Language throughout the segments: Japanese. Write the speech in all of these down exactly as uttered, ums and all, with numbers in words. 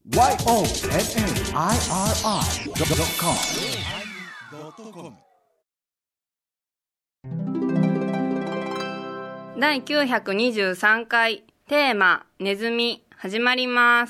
ワイオーエヌエヌアイアールアイドットコムだいきゅうひゃくにじゅうさんかいテーマネズミ始まります。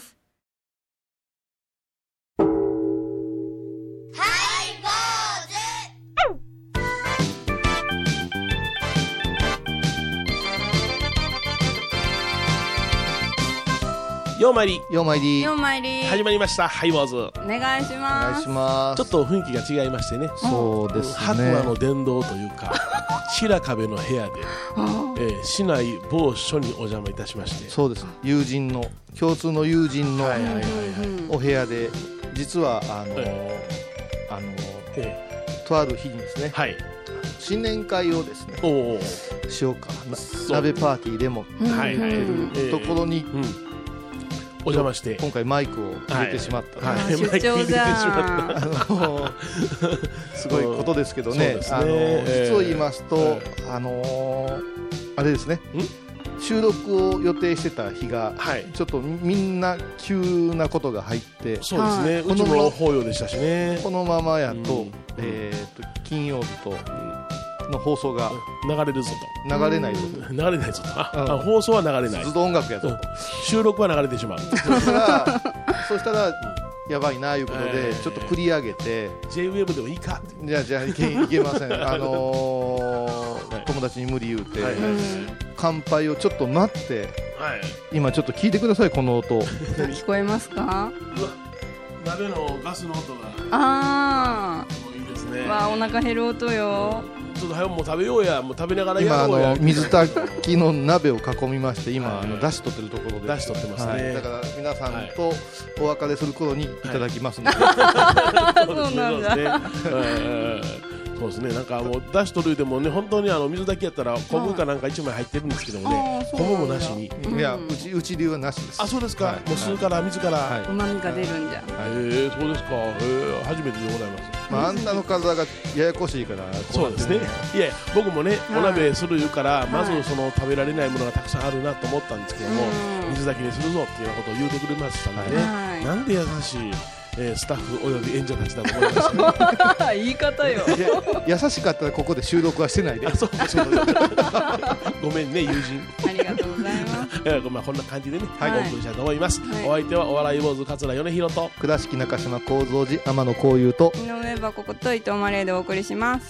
ようまいりようまいりようまいり始まりました。ハイボーズお願いしおます。 願いします。 ちょっと雰囲気が違いましてね、 そうですね。 白馬の殿堂というか白壁の部屋で、えー、市内某所にお邪魔いたしまして、 そうです。友人の共通の友人のはいはいはいはい、 お部屋で、実はあの、 えあの、 えとある日にですね、 はい、 新年会をですねおおしようかな、鍋パーティーでもはいはい、 ところに、 うん、お邪魔して今回マイクを入れてしまったので、 はいはい、 出張じゃんあのすごいことですけどね、 ね、 あの実を言いますと、 えー、あのー、あれですね、収録を予定してた日が、はい、ちょっとみんな急なことが入って、 そうですね、うちも法要でしたしね、 このままやと、 うん、 えー、と金曜日との放送が流れるぞと流れないぞと、 流れないぞと、あ、うん、放送は流れない、 ずっと音楽やぞと、うん、 収録は流れてしまうそしたらそしたらやばいないうことで、えー、ちょっと繰り上げてジェイウェーブ でもいいかって、 じゃあじゃあいけ、いけませんあのーはい、友達に無理言うて、はいはいはい、乾杯をちょっと待って、はい、今ちょっと聞いてください、この音聞こえますか？うわ、 鍋のガスの音があーいいですね。 わあ、お腹減る音よ。 ちょっと早くもう食べようや、もう食べながらやろうや。今あの水炊きの鍋を囲みまして、今、はい、あの出汁取ってるところで、 出汁取ってますね、はい、 だから皆さんとお別れする頃にいただきますので、 はい、そうなんだ。 そうですね、なんかもう出汁取るでもね、本当にあの水炊きやったら昆布かなんかいちまい入ってるんですけどもね、昆布もなしに、 いや、うちうち流はなしです。 あ、そうですか、はい、もう酢から水からうまみが出るんじゃ。 へえ、そうですか、へえ、初めてでございます。 まあ、あんたの体がややこしいから、 そうですね。いやいや、僕もね、お鍋する言うから、まずその食べられないものがたくさんあるなと思ったんですけども、水炊きにするぞっていうようなことを言うてくれましたんでね、なんで優しいえー、スタッフおよび演者たちだと思いました、ね、 言い方よ。 優しかったらここで収録はしてないで。 あ、そうかそうかごめんね、友人。 ありがとうございます。 えーまあ、こんな感じでね、はい、お送りしたいと思います、はい、お相手はお笑い坊主桂米宏と倉敷中島幸三寺天野幸雄と井上箱こと伊藤マレーでお送りします。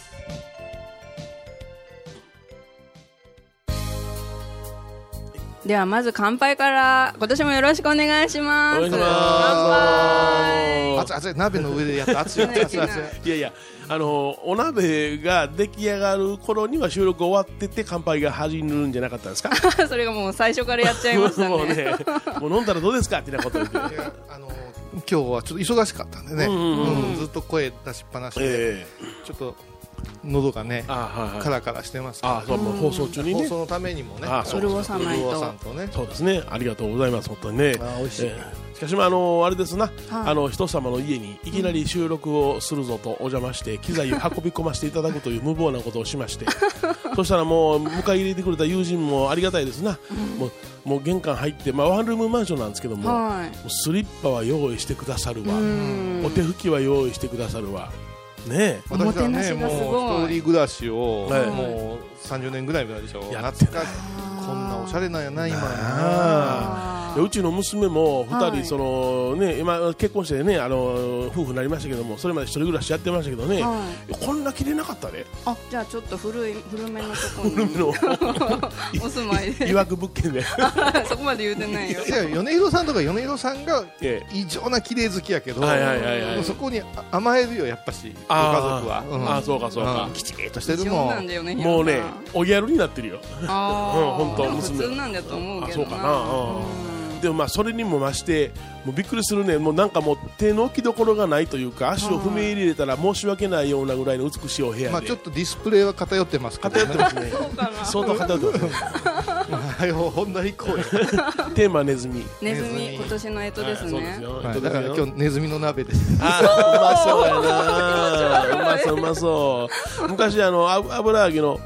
ではまず乾杯から今年もよろしくお願いします。 お願いします。乾杯。熱い熱い、鍋の上でやった熱い熱い熱い熱い。 いやいや、あのお鍋が出来上がる頃には収録終わってて乾杯が始まるんじゃなかったですか？ それがもう最初からやっちゃいましたね。 もうね、もう飲んだらどうですかってなこと言って。 いや、あの今日はちょっと忙しかったんでね、うんうんうん、ずっと声出しっぱなしで、えー、ちょっと喉がね、あ、はいはい、カラカラしてますから、 あ、そう、もう放送中にね、 放送のためにもね、 潤さないとね、 そうですね、ありがとうございます、本当にね。 あ、美味しい。 えー、しかしまあ、あのー、あれですな、はい、あの人様の家にいきなり収録をするぞとお邪魔して機材を運び込ませていただくという無謀なことをしましてそしたらもう迎え入れてくれた友人もありがたいですな、うん、もうもう玄関入って、まあ、ワンルームマンションなんですけども、はい、もうスリッパは用意してくださるわ、お手拭きは用意してくださるわね、 おもてなしがすごい。 もう一人暮らしを、はい、もうさんじゅうねんぐらい前でしょ。懐かしい。こんなおしゃれなんやな今な。 うちの娘もふたり、そのね、今結婚してね、あの夫婦になりましたけども、それまで一人暮らしやってましたけどね、はい、こんな切れなかったね。 あ、じゃあちょっと古い古めのところに古めのお住まいでいわく物件でそこまで言うてないよ。 いや、米広さんとか米広さんが異常な綺麗好きやけど、そこに甘えるよやっぱしご家族は。 うん、ああ、そうかそうか、 きちっとしてるもん。 ね、 もうね、おギャルになってるよ。 ああ、 うん、本当娘。普通なんだと思うけどな。 あ、そうかな。うん、でもまあそれにも増してもうびっくりするね、もうなんかもう手の置きどころがないというか、足を踏み入れたら申し訳ないようなぐらいの美しいお部屋で、 まあ、ちょっとディスプレイは偏ってますけど、ね、 偏ってますね。そうかな、相当偏ってますね。 はい、本題行こうよ。 テーマはネズミ。 ネズミ、今年の干支ですね。そうですよ、 はい、だから今日ネズミの鍋です。 あー、うまそうやな。うまそううまそう。昔あの油揚げの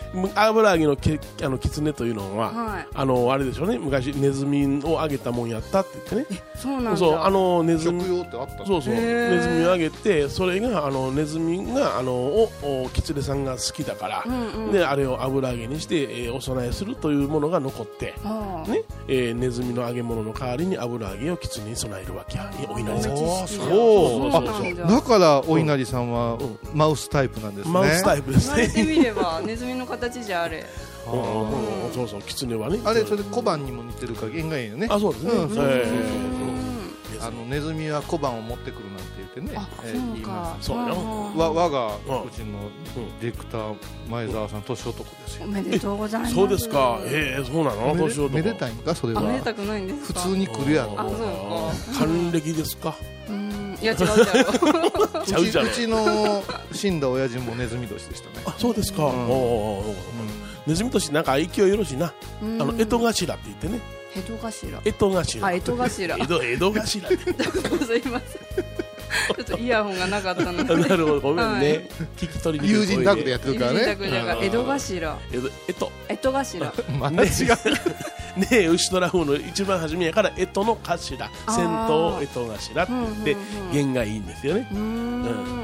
油揚げのけあの狐というのは、 はい、 あのあれでしょうね、昔ネズミをあげたもんやったって言ってね。 そうなんだ。 そうあのネズミ食用ってあったの。 そうそうネズミをあげて、それがあのネズミがあのをお狐さんが好きだから、 うんうん、 であれを油揚げにして、えー、お供えするというものが残って、ねえー、ネズミの揚げ物の代わりに油揚げを狐に備えるわけや、お稲荷さん。 そうだからお稲荷さんはマウスタイプなんですね。 マウスタイプですね。 言われてみればネズミの形じゃあれ。 うんうんうん、そうそう狐はね。 あれそれ小判にも似てるから縁がいいよね。 あそうですね。うん、そうそうそうそうあのネズミは小判を持ってくるなんて言ってね、 えー、言います。 そうよ。 わ我がうちのディレクター前澤さん年男ですよ。 おめでとうございます。 そうですか。ええー、そうなの。年男。 めでたいんかそれは。 めでたくないんですか。 普通に来るやろ。 あそうか。 還暦ですか。 うん、いや違う違う。 ちゃうじゃん。 うちの死んだ親父もネズミ年でしたね。 あそうですか。うん、おおお。ネズミ年なんか勢いよろしいな。あの江戸頭って言ってね。 江戸頭。 江戸頭。 あ江戸頭。 江戸江戸頭。 すいません。ちょっとイヤホンがなかったので。 なるほどごめんね。はい、聞き取りにくい。 友人宅でやってるからね。 友人宅だから江戸頭。 江戸江戸。 ま江戸頭。 た違う。 ねえ牛虎風の一番初めやから江戸の頭、先頭江戸頭って言って弦がいいんですよね。うんうん、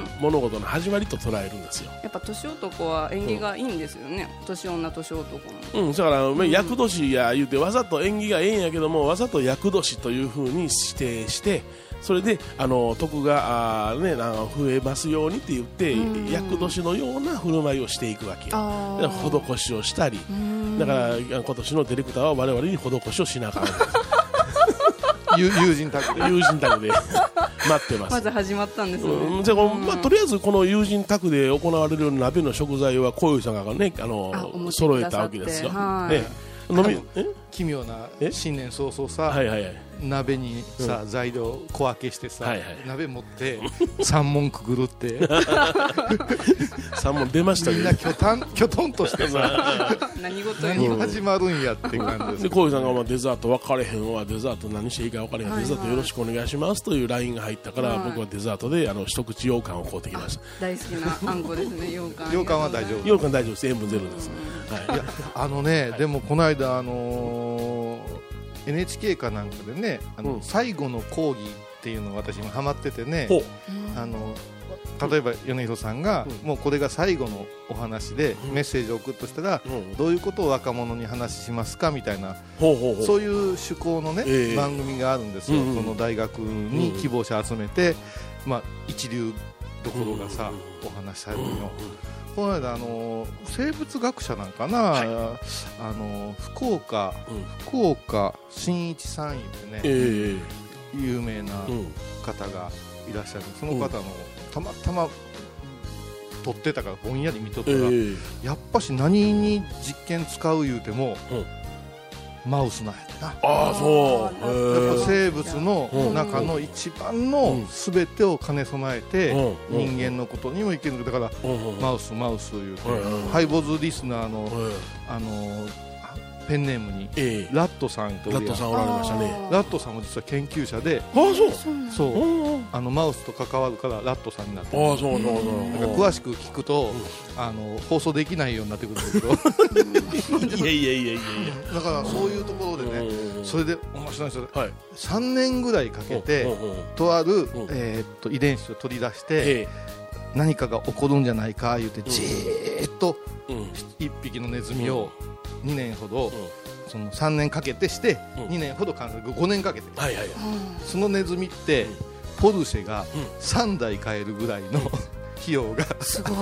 物事の始まりと捉えるんですよ。 やっぱ年男は縁起がいいんですよね。うん、年女年男も。うん、 だから、まあ、厄年や言うてわざと縁起がええんやけどもわざと厄年というふうに指定して。それであの徳があ、ね、なんか増えますようにって言って厄年のような振る舞いをしていくわけよ。だから施しをしたりだから今年のディレクターは我々に施しをしながら友人宅で友人宅で待ってます。 まず始まったんですね。 うん、じゃあ、まあ、とりあえずこの友人宅で行われるような鍋の食材はこういうさんがねあの揃えたわけですよ。ね、飲みえ奇妙な新年早々さ、 はいはいはい、 鍋にさ、うん、材料小分けしてさ、はいはい、鍋持って三問くぐるって三問出ましたけどみんなきょたんきょとんとしてさ何事何始まるんやって感じです。 でこういうさんがまあデザート分かれへんわデザート何していいか分かれへん、はいはい、デザートよろしくお願いしますという ライン が入ったから、はい、僕はデザートであの一口羊羹を買うてきました。 大好きなあんこですね羊羹。 羊羹は大丈夫。 羊羹大丈夫です。塩分ゼロです。 はい、いやあのね、はい、でもこの間あのーエヌエイチケー かなんかでねあの、うん、最後の講義っていうのを私もハマっててね、あの例えば米広さんが、うん、もうこれが最後のお話でメッセージを送るとしたら、うん、どういうことを若者に話しますかみたいな、うん、そういう趣向のね、えー、番組があるんですよ、うんうん、その大学に希望者集めて、うんまあ、一流どころがさ、うん、お話しされるの、うんうんこの間あの生物学者なんかな、はい、あの福岡、うん、福岡伸一さんいうね、えー、有名な方がいらっしゃる。その方の、うん、たまたま撮ってたからぼんやり見とったら、えー、やっぱし何に実験使う言うても、うんマウスなんやな。 ああそうやっぱ生物の中の一番の全てを兼ね備えて人間のことにもいける。だからマウスマウスいうハイボズリスナーのあのペンネームにラットさんとラットさんおられましたね。 ラットさんも実は研究者であそうそうあのマウスと関わるからラットさんになってあそうそうそう詳しく聞くとあの放送できないようになってくるんだけどいやいやいやいやだからそういうところでねそれで面白いんですよ、はい、さんねんぐらいかけてとある、えー、っと遺伝子を取り出して何かが起こるんじゃないか言うてじーっといっぴきのネズミをにねんほどそのさんねんかけてしてにねんほど観察ごねんかけてはいはいはいそのネズミってポルシェがさんだい買えるぐらいの費用がすごい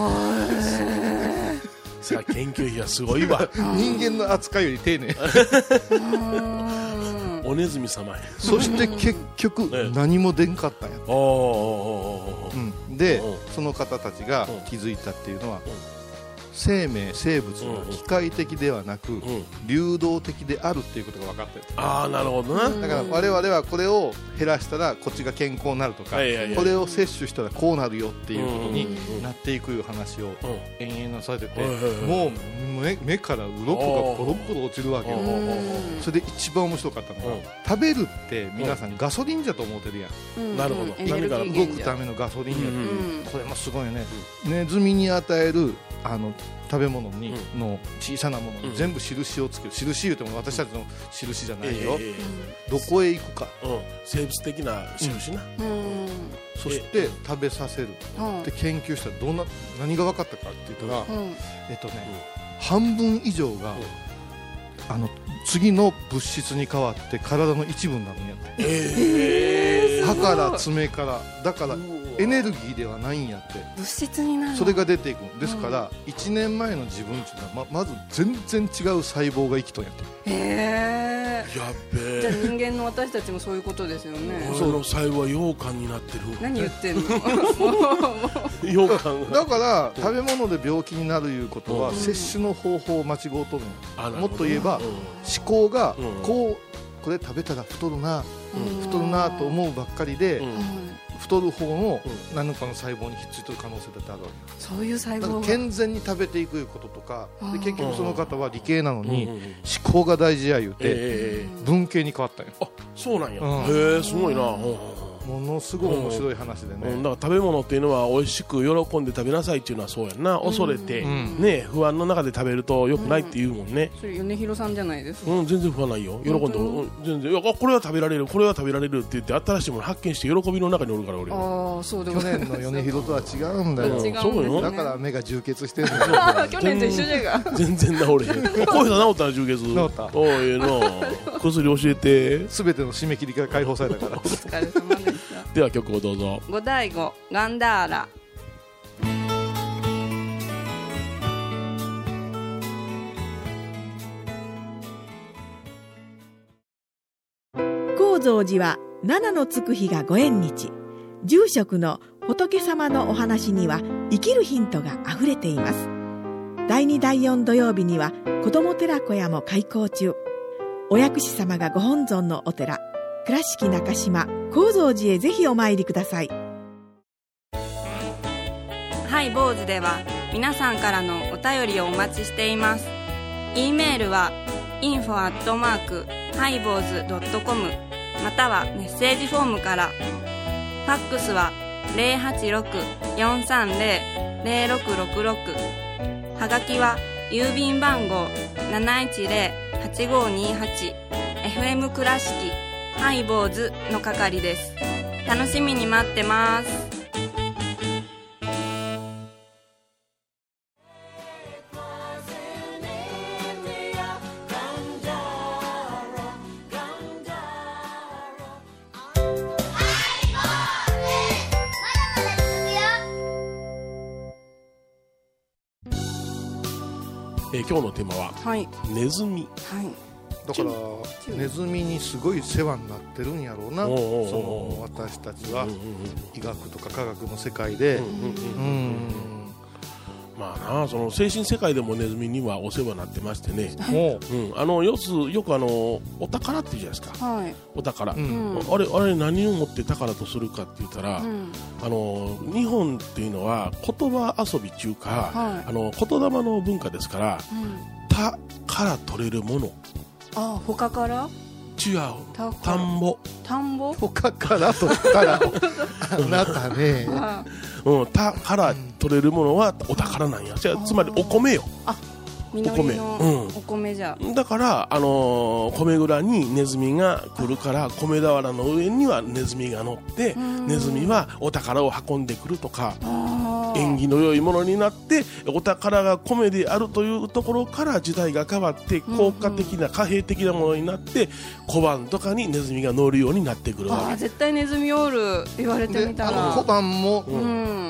さあ研究費はすごいわ人間の扱いより丁寧おネズミ様やそして結局何も出んかったんや、うん、でその方たちが気づいたっていうのは生命生物が機械的ではなく、うん、流動的であるっていうことが分かってる。 ああなるほどな。 だから我々はこれを減らしたらこっちが健康になるとか、はいはいはい、これを摂取したらこうなるよっていうことになっていくいう話を延々なされてて、うん、もう 目, 目から鱗がポロポロ落ちるわけよ。それで一番面白かったのが、うん、食べるって皆さんガソリンじゃと思ってるやん、 うん、なるほど。 何か動くためのガソリンやって、うん、これもすごいよね、うん、ネズミに与えるあの食べ物に、 うん、 の小さなものに全部印をつける、うん、印言うても私たちの印じゃないよ、えー、どこへ行くか、 うん、生物的な印な、うん、 そして食べさせる、うん、で研究したらどんな何が分かったかって言ったら、うん、えっとね、うん、半分以上が、うん、あの次の物質に変わって体の一部になるんやって、えー、歯から爪からだからエネルギーではないんやって、 物質になる、 それが出ていくんですから、うん、いちねんまえの自分っていうのは ま, まず全然違う細胞が生きとんやって。 へー、やっべー。 じゃあ人間の私たちもそういうことですよね。 その細胞は羊羹になってる。 何言ってんの羊羹だから食べ物で病気になるいうことは、うん、摂取の方法を間違うとるの、もっと言えば、うん、思考がこうこれ食べたら太るな、うん、太るなと思うばっかりで、うん、太る方の何かの細胞にひっついてる可能性だってあるわけ。 そういう細胞が健全に食べていくいうこととかで、結局その方は理系なのに思考が大事や言うて文系に変わったんよ。 あ、そうなんや、うん、へえ、すごいな。 ものすごい面白い話でね、 うん、だから食べ物っていうのは美味しく喜んで食べなさいっていうのはそうやんな。恐れて、うん、ね、不安の中で食べると良くないって言うもんね、 うん、それ米広さんじゃないですか。 うん、全然不安ないよ。喜んで、うん、全然、いや、これは食べられる、これは食べられるって言って新しいもの発見して喜びの中におるから俺は。 あ、そうでも去年の米広とは違うんだよ、 うん、 そうよ、 だから目が充血してるんだよ去年と一緒じゃが全然治れへん。こういう人治ったら充血治った。おい、ええな薬教えて。 全ての締め切りから解放されたからお疲れ様でした。 では曲をどうぞ。 五醍醐ガンダーラ。 高蔵寺は七のつく日がご縁日。住職の仏様のお話には生きるヒントがあふれています。だいにだいよん土曜日には子ども寺小屋も開校中。お薬師様がご本尊のお寺、倉敷中島・高蔵寺へぜひお参りください。 ハイボーズでは皆さんからのお便りをお待ちしています。 E メールは インフォ アットマーク ハイボーズ ドットコム またはメッセージフォームから。ファックスは ゼロはちろく よんさんゼロ ゼロろくろくろく、 はがきは郵便番号 なないちゼロ はちごにはち エフエム 倉敷ハイボーズの係です。楽しみに待ってます。 えー、今日のテーマは、はい、ネズミ、はい、 だからネズミにすごい世話になってるんやろうな。その私たちは医学とか科学の世界で、 まあな、その精神世界でもネズミにはお世話になってましてね、うん、あのよくよくあのお宝って言うじゃないですか、はい、お宝、うん、あれあれ何をもって宝とするかって言ったら、うん、あの日本っていうのは言葉遊びっていうか、はい、あの言霊の文化ですから、うん、他から取れるもの、 あ、他から違う、田んぼ、 田んぼ、 他から取ったらあなたね、 うん、田から取れるものはお宝なんや。じゃあつまりお米よ。あ、 お米、うん、お米じゃ。 だから、あのー、米蔵にネズミが来るから、米俵の上にはネズミが乗って、ネズミはお宝を運んでくるとか、縁起の良いものになって、お宝が米であるというところから時代が変わって効果的な貨幣的なものになって、小判とかにネズミが乗るようになってくるわけ。 あ、絶対ネズミおる言われてみたら。 あの小判も、うん、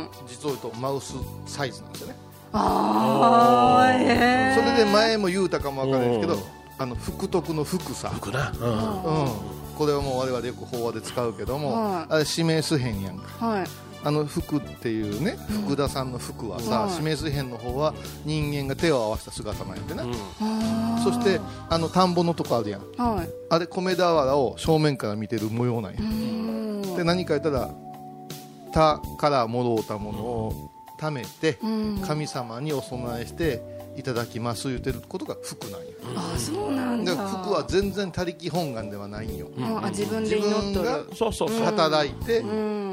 実を言うとマウスサイズなんですよね。 あー、えー、それで前も言うたかもわからないですけど、あの福徳の福さ、 福な、うんうん、これはもう我々よく法話で使うけども、はい、あれ指名すへんやんか、はい、あの福っていうね、福田さんの福はさ、うん、指名すへんの方は人間が手を合わせた姿なんやってね、うん、そしてあの田んぼのとこあるやん、はい、あれ米俵を正面から見てる模様なんや。で何か言ったら田からもろうたものを貯めて神様にお供えしていただきます言ってることが福なんよ。 あ、そうなんだ。 だから福は全然他力本願ではないんよ。 あ、自分で祈っとる。 そうそうそう、 働いて、 うん、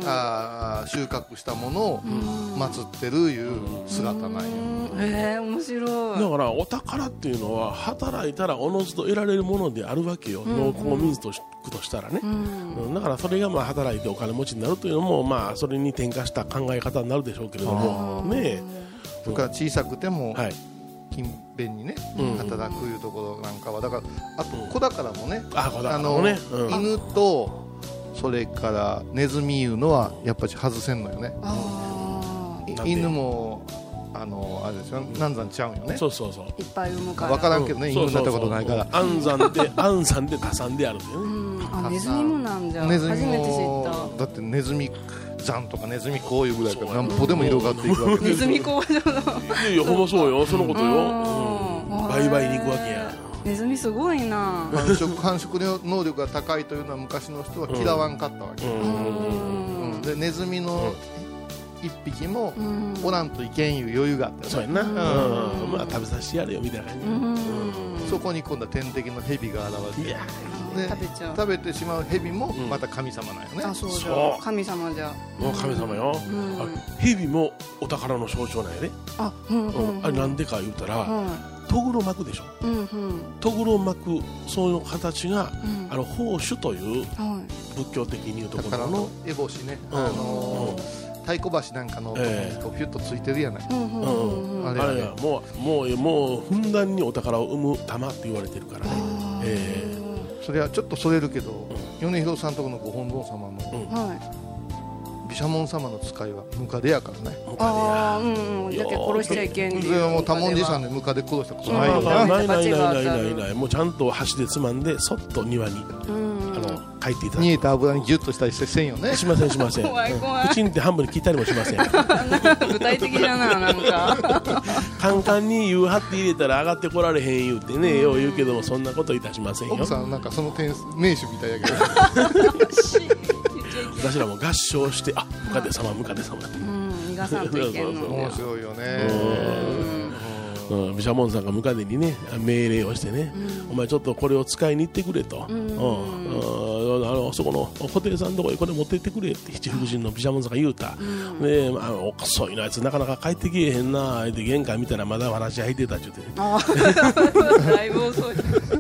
あ収穫したものを祀ってるいう姿なんよ。 へえ、面白い。 だからお宝っていうのは働いたらおのずと得られるものであるわけよ、農耕民族としたらね、うん、だからそれがまあ働いてお金持ちになるというのも、まあそれに転化した考え方になるでしょうけれどもね。 それから小さくても、 はい、 勤勉にね、うん、働くいうところなんかはだからあと子宝もね、 あ、子宝もね、 うん、犬とそれからネズミいうのはやっぱり外せんのよね。犬もあのあれですよ、難産ちゃうんよね。 そうそうそう、 いっぱい産むから分からんけどね、犬になったことないから。 安産で安産で多産であるんだよね。 あ、ネズミもなんじゃ。 ネズミ初めて知もった。 だってネズミ山とかネズミこういうぐらいから何歩でも広がっていくわけ。 ネズミ工場の。 いやいや、ほんまそうよ、そのことよ。倍々に行くわけや。 ネズミすごいな。 繁殖繁殖能力が高いというのは昔の人は嫌わんかったわけ。でネズミの一匹もおらんといけんいう余裕があったよね。 そうやな、うん、まあ食べさせてやれよみたいな感じ、うん、 そこに今度は天敵の蛇が現れて、いやで食べちゃう、食べてしまう蛇もまた神様なんよね、 うん、あ、そうじゃ、神様じゃ、 もう神様よ、うん、蛇もお宝の象徴なんやね。 あ、うんうんうん、 あれなんでか言うたら、うん、トグロ巻くでしょ、うんうん、トグロ巻くその形が、うん、あの宝珠という、はい、仏教的に言うところの烏帽子ね、うん、あのーうん、太鼓橋なんかのところにこうピュッとついてるやない、うんうんうん、あれは、ね、 もうもうもうふんだんにお宝を生む玉って言われてるからね、えー、それはちょっとそれるけど、うん、米広さんとこのご本尊様の、うん、毘沙門様の使いはムカデやからね。 ああ、うんうん、だけ殺しちゃいけんっていう。 もう多文字さんでムカデ殺したことないよね。 ないないないないないない、もうちゃんと箸でつまんでそっと庭に、うん、あの帰っていただく。 煮えた油にギュッとしたりしてせんよね。 しませんしません。 怖い怖い。 口にって半分に切ったりもしません。 具体的だな、なんか。 カンカンに湯張って入れたら上がってこられへん言うてね、よう言うけどもそんなこといたしませんよ。 奥さんなんかその点名手みたいやけど。 私らも合唱して、あ、ムカデ様ムカデ様、うん、 逃がさんといけんの。 面白いよね。 毘沙門さんがムカデにね命令をしてね、うん、お前ちょっとこれを使いに行ってくれと、うん、うん、あのそこの布袋さんのとこへこれ持って行ってくれって七福神の毘沙門さんが言うた、うん、で、まあ、遅いなあいつなかなか帰ってきえへんなって玄関見たらまだ話入ってたっちゅうて、ね、あだいぶ遅い。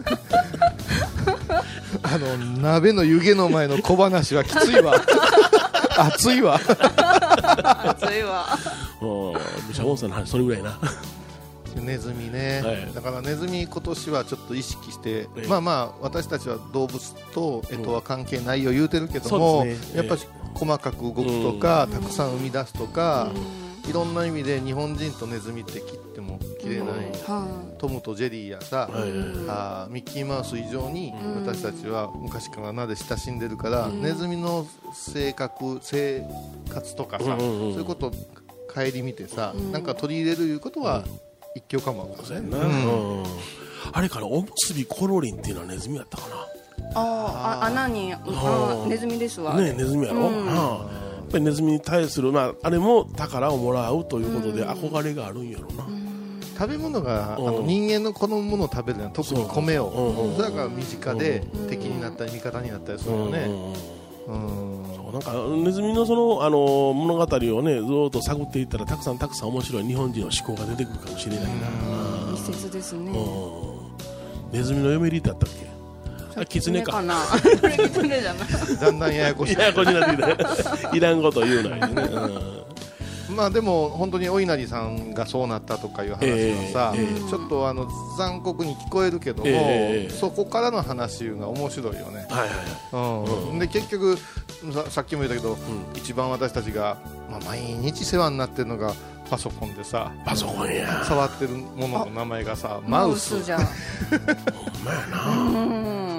あの鍋の湯気の前の小話はきついわ。熱いわ。 熱いわ。 毘沙門さんの話それぐらいな。 ネズミね、はい、だからネズミ今年はちょっと意識して、えー、まあまあ私たちは動物と干支は関係ないよ言うてるけども、うんね、やっぱり細かく動くとか、うん、たくさん生み出すとか、うん、いろんな意味で日本人とネズミって切っても切れない、うん、トムとジェリーやさ、うん、あミッキーマウス以上に私たちは昔から名で親しんでるから、うん、ネズミの性格生活とかさ、うんうんうん、そういうことを顧みてさ、うん、なんか取り入れるいうことは、うん、一興かもわからないな、うん、あれからおむすびコロリンっていうのはネズミやったかな。 ああ、穴にあネズミですわね。ネズミやろ、うん、やっぱりネズミに対する、まあ、あれも宝をもらうということで憧れがあるんやろな、うん、 食べ物が、うん、あの人間の好むものを食べるのは特に米を、うん、それが身近で、うん、敵になったり味方になったりするよね、うんうん、 そうなんかネズミのその、あの物語をねずっと探っていったらたくさんたくさん面白い日本人の思考が出てくるかもしれないな。 密接ですね。 ネズミの嫁入りだったっけ。あ、キツネか。 これキツネじゃない。 だんだんややこしい。 ややこしいなってきた。いらんこと言うのよね。 うん、まあでも本当にお稲荷さんがそうなったとかいう話はさ、えーえー、ちょっとあの残酷に聞こえるけども、えー、そこからの話が面白いよね。はいはいはい。うん、で結局 さ, さっきも言ったけど、うん、一番私たちが、まあ、毎日世話になってるのがパソコンでさ、 パソコンや触ってるものの名前がさマウスじゃん。ほんまやな。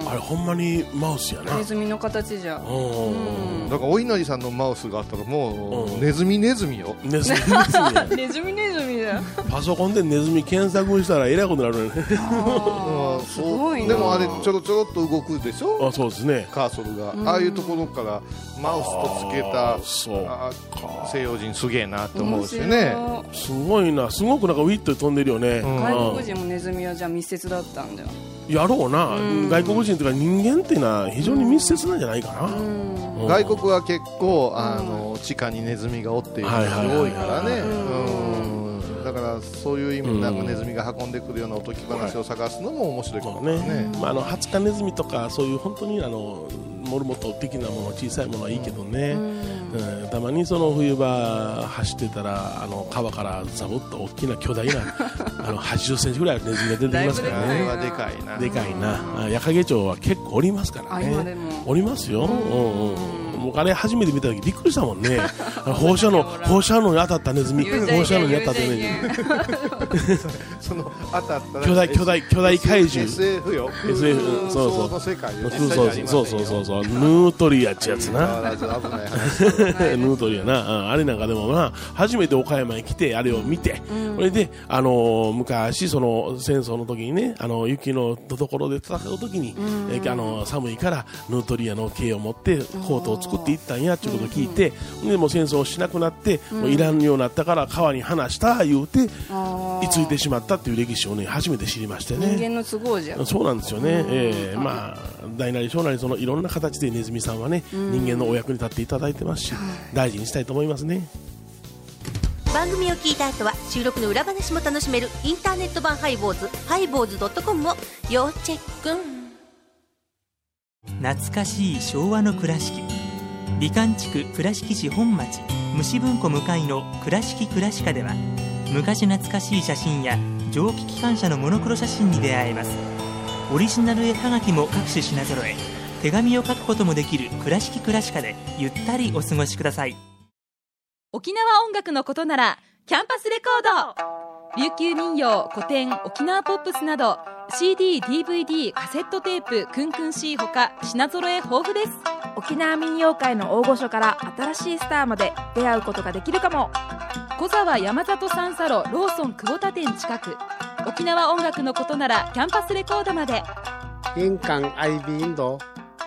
あれほんまにマウスやな。 ネズミの形じゃ。 うんだからお稲荷さんのマウスがあったらもうネズミネズミよ。 ネズミネズミやネズミネズミだ。 パソコンでネズミ検索したらえらいことになるね。 うんすごいな。 でもあれちょろちょろっと動くでしょ。 あ、そうですね。 カーソルがああいうところからマウスとつけたあーそうあ西洋人すげえなって思うしね。 すごいな、すごくなんかウィットで飛んでるよね。 うん外国人もネズミはじゃあ密接だったんだよ。 やろうな、 うん外国人というか人間っていうのは非常に密接なんじゃないかな。 うんうん外国は結構あの地下にネズミがおっていう人が多いからね。うんだからそういう意味でなんかネズミが運んでくるようなおとぎ話を探すのも面白いかもねね。 まあ、あのハツカネズミとかそういう本当にあのモルモット的なもの、小さいものはいいけどね、うん、たまにその冬場走ってたらあの川からザブッと大きな巨大なあのはちじゅっセンチぐらいのネズミが出てきますからね。 あれはでかいな。 でかいな。矢掛町は結構おりますからあ、今でね。 も。 おりますよ。うんうんもうあれ初めて見た時びっくりしたもんね。あの放射能放射能に当たったネズミ、 言うちゃい放射けん能に当たったネズミ。 その当たったら巨大巨大巨大怪獣エスエフ よ。 エスエフ そうそうその世界よ。 そうそうそうそうそうそうヌートリアってやつな。 変わらず危ない話。 ヌートリアな、うんあれなんかでもな初めて岡山に来てあれを見て、それであのー昔その戦争の時にね、あの雪のところで戦う時に、えーあの寒いからヌートリアの毛を持ってコートを作っていったんやっていうことを聞いて、でもう戦争しなくなってもういらんようになったから川に放した言うてあー居ついてしまったっていう歴史をね初めて知りましてね。 人間の都合じゃ。 そうなんですよね、えーまあ、大なり小なりそのいろんな形でネズミさんはね、人間のお役に立っていただいてますし、大事にしたいと思いますね。 番組を聞いた後は収録の裏話も楽しめるインターネット版ハイボーズハイボーズ .com を要チェック。 懐かしい昭和の倉敷、美観地区倉敷市本町虫文庫向かいの倉敷倉歯科では、昔懐かしい写真や蒸気機関車のモノクロ写真に出会えます。オリジナル絵はがきも各種品揃え、手紙を書くこともできる倉敷倉歯科でゆったりお過ごしください。 沖縄音楽のことならキャンパスレコード、琉球民謡、古典、沖縄ポップスなど シーディー、ディーブイディー、カセットテープ、クンクン C ほか品揃え豊富です。 沖縄民謡界の大御所から新しいスターまで出会うことができるかも。 小沢山里三佐路ローソン久保田店近く。沖縄音楽のことならキャンパスレコードまで。 印港 アイビー 인도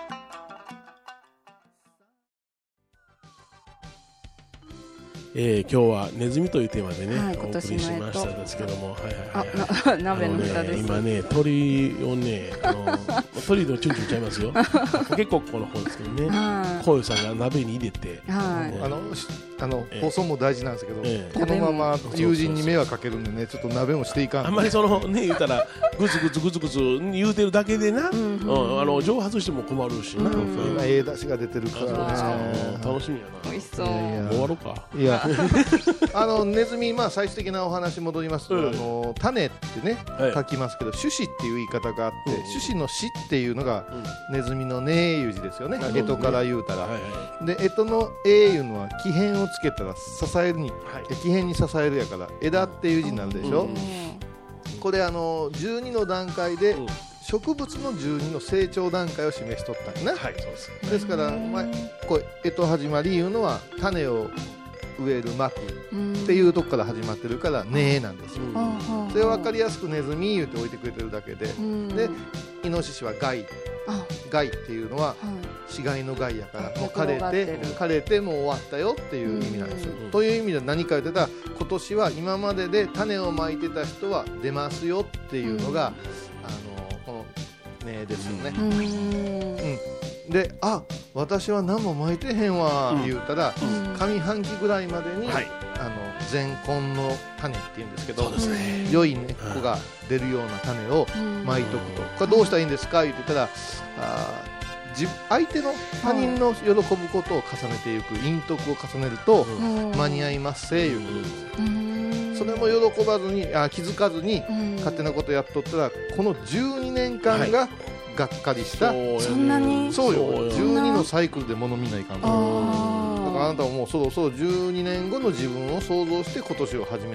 えー、今日はネズミというテーマでね、 はい、 お送りしましたですけども、はいはいはい、 あ、な鍋のあのね、 蓋です。 今ね鳥をねあの鳥のチュンチュンちゃいますよ結構この方ですけどね、 はこういうさんが鍋に入れて、 い。はい。 あのしあのええ放送も大事なんですけど、 ええこのまま友人に迷惑かけるんでね、ちょっと鍋もしていかん。 あんまりそのね言うたらグツグツグツグツ言うてるだけでな、うんあの蒸発しても困るしな、 今ええ出汁が出てるからね。 楽しみやな。 美味しそう。 いやいやもう終わろうか。 いやあのネズミ、まあ、最終的なお話戻りますと、 うんあの種ってね、 はい書きますけど種子っていう言い方があって、 うん種子の子っていうのが、 うんネズミのねえいう字ですよね、 はい干支から言うたら、 はいはで干支のえいうのは木片をつけたら支えるに、 いはい木片に支えるやから枝っていう字になるでしょ、 うんこれあのじゅうにの段階で、 うん植物のじゅうにの成長段階を示しとったんやな、 はいそうです。 ですから、まあ、こう干支始まりいうのは種を植えるまくっていうとこから始まってるからねえなんですよ、それを分かりやすくネズミ言うて置いてくれてるだけで、でイノシシは害害っていうのは死骸の害やからもう枯れて枯れてもう終わったよっていう意味なんですよ、という意味で何か言ってたら今年は今までで種をまいてた人は出ますよっていうのが、あのこのねですよね、うん、であ私は何もまいてへんわ言うたら、上半期ぐらいまでに、 はいあの全根の種っていうんですけど、 そうですね良い根っこが出るような種をまいとくと、これどうしたらいいんですか言ってたら、あ自相手の他人の喜ぶことを重ねていく陰徳を重ねると、間に合いますせいうことです、それも喜ばずにあ気づかずに勝手なことやっとったらこのじゅうにねんかんががっかりした、 そんなにそうよそうよじゅうにのサイクルで物見ないかんのだからあなたはもうそろそろじゅうにねんごの自分を想像して今年を始めないか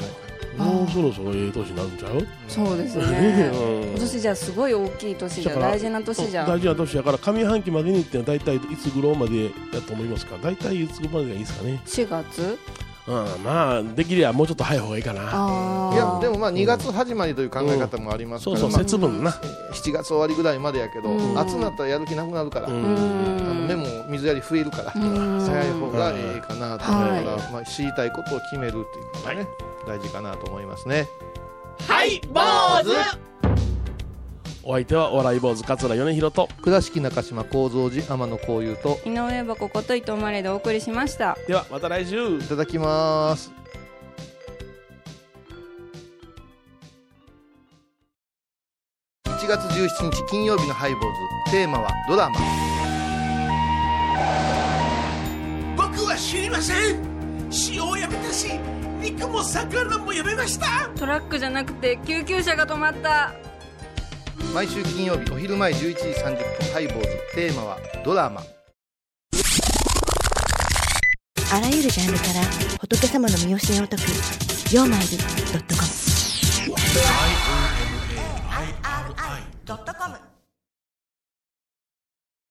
もうそろそろええ年になるんちゃう。 そうですね、 うん、 今年じゃすごい大きい年じゃ、大事な年じゃ、 大事な年やから上半期までにってのは大体いつ頃までだと思いますか。大体いつまでがいいですかね。 しがつ、 うん、まあできればもうちょっと早い方がいいかな。 あいやでもまあにがつ始まりという考え方もありますから、うん、 そうそう節分な、 しちがつ終わりぐらいまでやけど、うん、暑なったらやる気なくなるから、うん、あの目も水やり増えるから、うん、早い方がいいかなと思うから、はいまあ、知りたいことを決めるっていうのがね、はい、大事かなと思いますね。 はい坊主。 お相手はお笑い坊主桂米宏と倉敷中島幸三寺天野幸雄と井上箱こと伊藤マレーでお送りしました。 ではまた来週いただきます。いちがつじゅうしちにち金曜日のハイボーズ、テーマはドラマ。 僕は知りません。塩をやめたし肉も魚もやめました。 トラックじゃなくて救急車が止まった。 毎週金曜日お昼前じゅういちじさんじゅっぷんハイボーズ、テーマはドラマ。 あらゆるジャンルから仏様の身教えを解く曜マイルドットコム。 ドットコム